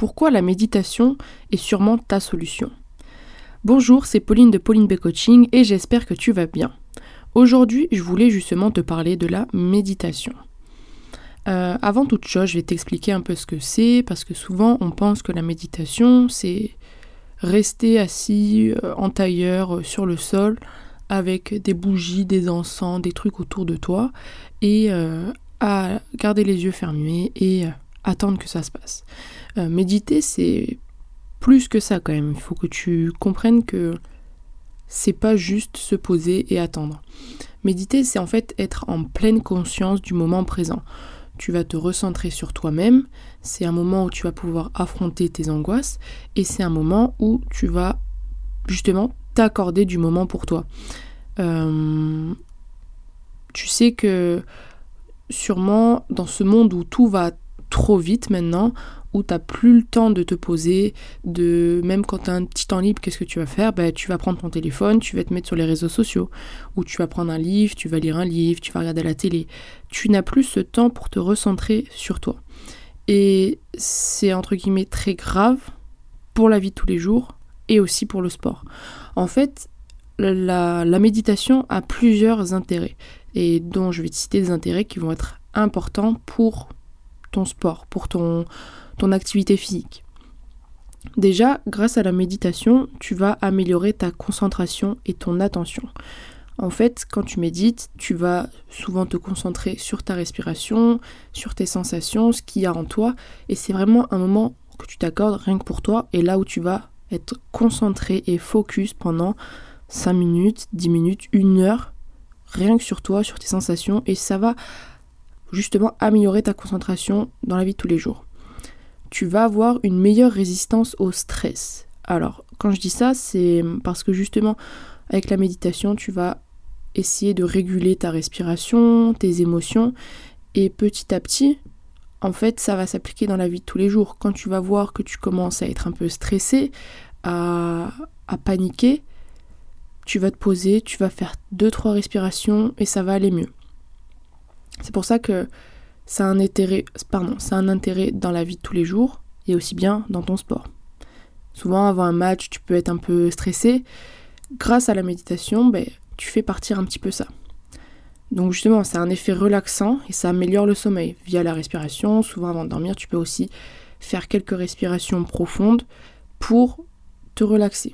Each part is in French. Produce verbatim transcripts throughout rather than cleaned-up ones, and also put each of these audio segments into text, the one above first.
pourquoi la méditation est sûrement ta solution. Bonjour, c'est Pauline de Pauline B Coaching et j'espère que tu vas bien. Aujourd'hui, je voulais justement te parler de la méditation. Euh, avant toute chose, je vais t'expliquer un peu ce que c'est, parce que souvent on pense que la méditation, c'est rester assis euh, en tailleur euh, sur le sol avec des bougies, des encens, des trucs autour de toi et euh, à garder les yeux fermés et euh, attendre que ça se passe. Euh, méditer, c'est plus que ça quand même. Il faut que tu comprennes que c'est pas juste se poser et attendre. Méditer, c'est en fait être en pleine conscience du moment présent. Tu vas te recentrer sur toi-même, c'est un moment où tu vas pouvoir affronter tes angoisses et c'est un moment où tu vas justement t'accorder du moment pour toi. Euh, tu sais que sûrement dans ce monde où tout va trop vite maintenant, où tu n'as plus le temps de te poser, de même quand tu as un petit temps libre, qu'est-ce que tu vas faire ? Ben, tu vas prendre ton téléphone, tu vas te mettre sur les réseaux sociaux, ou tu vas prendre un livre, tu vas lire un livre, tu vas regarder la télé. Tu n'as plus ce temps pour te recentrer sur toi. Et c'est entre guillemets très grave pour la vie de tous les jours et aussi pour le sport. En fait, la, la méditation a plusieurs intérêts, et dont je vais te citer des intérêts qui vont être importants pour ton sport, pour ton... ton activité physique. Déjà, grâce à la méditation, tu vas améliorer ta concentration et ton attention. En fait, quand tu médites, tu vas souvent te concentrer sur ta respiration, sur tes sensations, ce qu'il y a en toi, et c'est vraiment un moment que tu t'accordes rien que pour toi, et là où tu vas être concentré et focus pendant cinq minutes, dix minutes, une heure, rien que sur toi, sur tes sensations, et ça va justement améliorer ta concentration dans la vie de tous les jours. Tu vas avoir une meilleure résistance au stress. Alors, quand je dis ça, c'est parce que justement, avec la méditation, tu vas essayer de réguler ta respiration, tes émotions, et petit à petit, en fait, ça va s'appliquer dans la vie de tous les jours. Quand tu vas voir que tu commences à être un peu stressé, à, à paniquer, tu vas te poser, tu vas faire deux trois respirations, et ça va aller mieux. C'est pour ça que ça a un intérêt, pardon, ça a un intérêt dans la vie de tous les jours et aussi bien dans ton sport. Souvent, avant un match, tu peux être un peu stressé. Grâce à la méditation, ben, tu fais partir un petit peu ça. Donc justement, ça a un effet relaxant et ça améliore le sommeil via la respiration. Souvent, avant de dormir, tu peux aussi faire quelques respirations profondes pour te relaxer.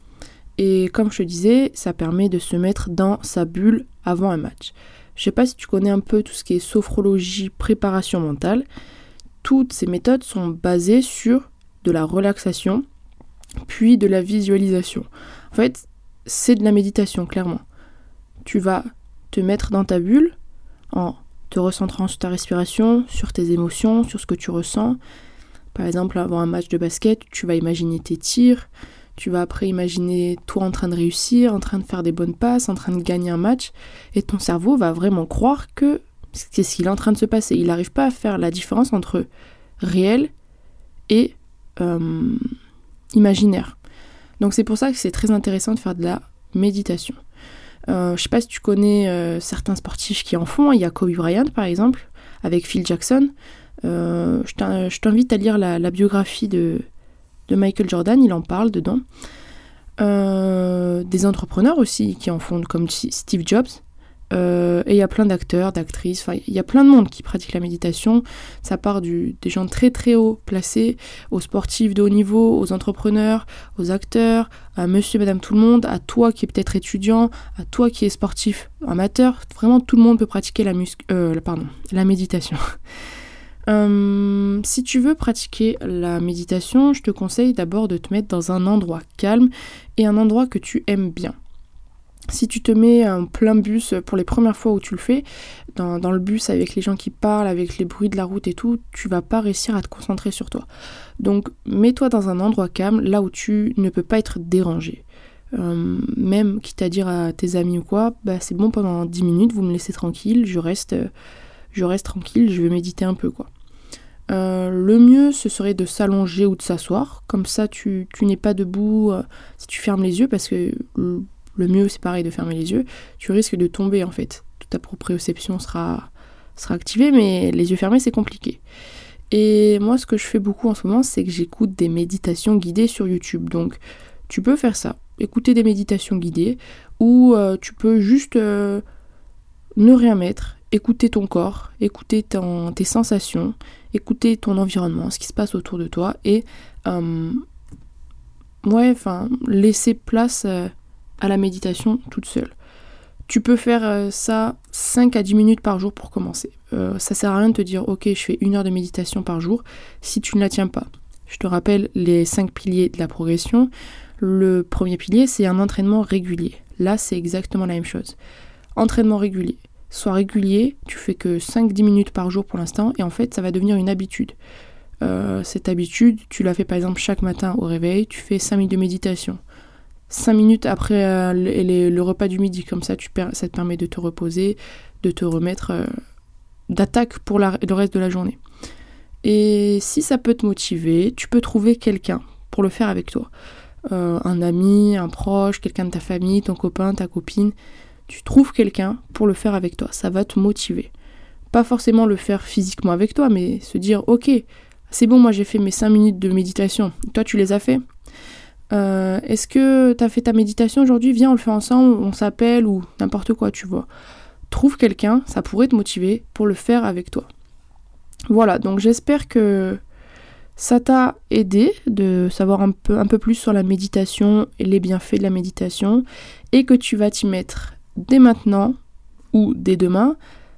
Et comme je te disais, ça permet de se mettre dans sa bulle avant un match. Je sais pas si tu connais un peu tout ce qui est sophrologie, préparation mentale. Toutes ces méthodes sont basées sur de la relaxation, puis de la visualisation. En fait, c'est de la méditation, clairement. Tu vas te mettre dans ta bulle en te recentrant sur ta respiration, sur tes émotions, sur ce que tu ressens. Par exemple, avant un match de basket, tu vas imaginer tes tirs. Tu vas après imaginer toi en train de réussir, en train de faire des bonnes passes, en train de gagner un match. Et ton cerveau va vraiment croire que c'est ce qu'il est en train de se passer. Il n'arrive pas à faire la différence entre réel et euh, imaginaire. Donc c'est pour ça que c'est très intéressant de faire de la méditation. Euh, je ne sais pas si tu connais euh, certains sportifs qui en font. Il y a Kobe Bryant par exemple, avec Phil Jackson. Euh, je t'invite à lire la, la biographie de... de Michael Jordan, il en parle dedans. Euh, des entrepreneurs aussi qui en font, comme Steve Jobs. Euh, et il y a plein d'acteurs, d'actrices, enfin il y a plein de monde qui pratique la méditation. Ça part du, des gens très très haut placés, aux sportifs de haut niveau, aux entrepreneurs, aux acteurs, à monsieur, madame, tout le monde, à toi qui es peut-être étudiant, à toi qui es sportif amateur. Vraiment tout le monde peut pratiquer la, mus- euh, pardon, la méditation. Euh, si tu veux pratiquer la méditation, je te conseille d'abord de te mettre dans un endroit calme et un endroit que tu aimes bien. Si tu te mets en plein bus pour les premières fois où tu le fais, dans, dans le bus avec les gens qui parlent, avec les bruits de la route et tout, tu vas pas réussir à te concentrer sur toi. Donc mets-toi dans un endroit calme, là où tu ne peux pas être dérangé. Euh, même quitte à dire à tes amis ou quoi, bah c'est bon, pendant dix minutes, vous me laissez tranquille, je reste, je reste tranquille, je vais méditer un peu quoi. Euh, le mieux, ce serait de s'allonger ou de s'asseoir. Comme ça, tu, tu n'es pas debout euh, si tu fermes les yeux, parce que le, le mieux, c'est pareil de fermer les yeux. Tu risques de tomber, en fait. Toute ta proprioception sera, sera activée, mais les yeux fermés, c'est compliqué. Et moi, ce que je fais beaucoup en ce moment, c'est que j'écoute des méditations guidées sur YouTube. Donc, tu peux faire ça, écouter des méditations guidées, ou euh, tu peux juste euh, ne rien mettre, écouter ton corps, écouter ton, tes sensations, écouter ton environnement, ce qui se passe autour de toi, et euh, ouais, enfin, laisser place euh, à la méditation toute seule. Tu peux faire euh, ça cinq à dix minutes par jour pour commencer. Euh, ça sert à rien de te dire ok, je fais une heure de méditation par jour si tu ne la tiens pas. Je te rappelle les cinq piliers de la progression. Le premier pilier, c'est un entraînement régulier. Là, c'est exactement la même chose. Entraînement régulier. Sois régulier, tu fais que cinq à dix minutes par jour pour l'instant et en fait, ça va devenir une habitude. Euh, cette habitude, tu la fais par exemple chaque matin au réveil, tu fais cinq minutes de méditation. cinq minutes après euh, le, le, le repas du midi, comme ça tu per- ça te permet de te reposer, de te remettre euh, d'attaque pour la, le reste de la journée. Et si ça peut te motiver, tu peux trouver quelqu'un pour le faire avec toi. Euh, un ami, un proche, quelqu'un de ta famille, ton copain, ta copine. Tu trouves quelqu'un pour le faire avec toi, ça va te motiver. Pas forcément le faire physiquement avec toi, mais se dire ok, c'est bon, moi j'ai fait mes cinq minutes de méditation, toi tu les as fait ? Euh, est-ce que t'as fait ta méditation aujourd'hui ? Viens, on le fait ensemble, on s'appelle ou n'importe quoi, tu vois. Trouve quelqu'un, ça pourrait te motiver pour le faire avec toi. Voilà, donc j'espère que ça t'a aidé de savoir un peu, un peu plus sur la méditation et les bienfaits de la méditation et que tu vas t'y mettre dès maintenant ou dès demain.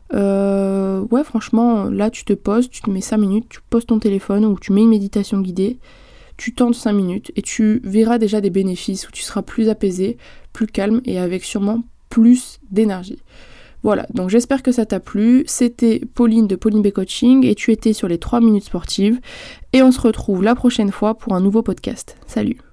Euh, ouais, franchement, là tu te poses, tu te mets cinq minutes, tu poses ton téléphone ou tu mets une méditation guidée. Tu tentes cinq minutes et tu verras déjà des bénéfices où tu seras plus apaisé, plus calme et avec sûrement plus d'énergie. Voilà, donc j'espère que ça t'a plu. C'était Pauline de Pauline B Coaching et tu étais sur les trois minutes sportives. Et on se retrouve la prochaine fois pour un nouveau podcast. Salut!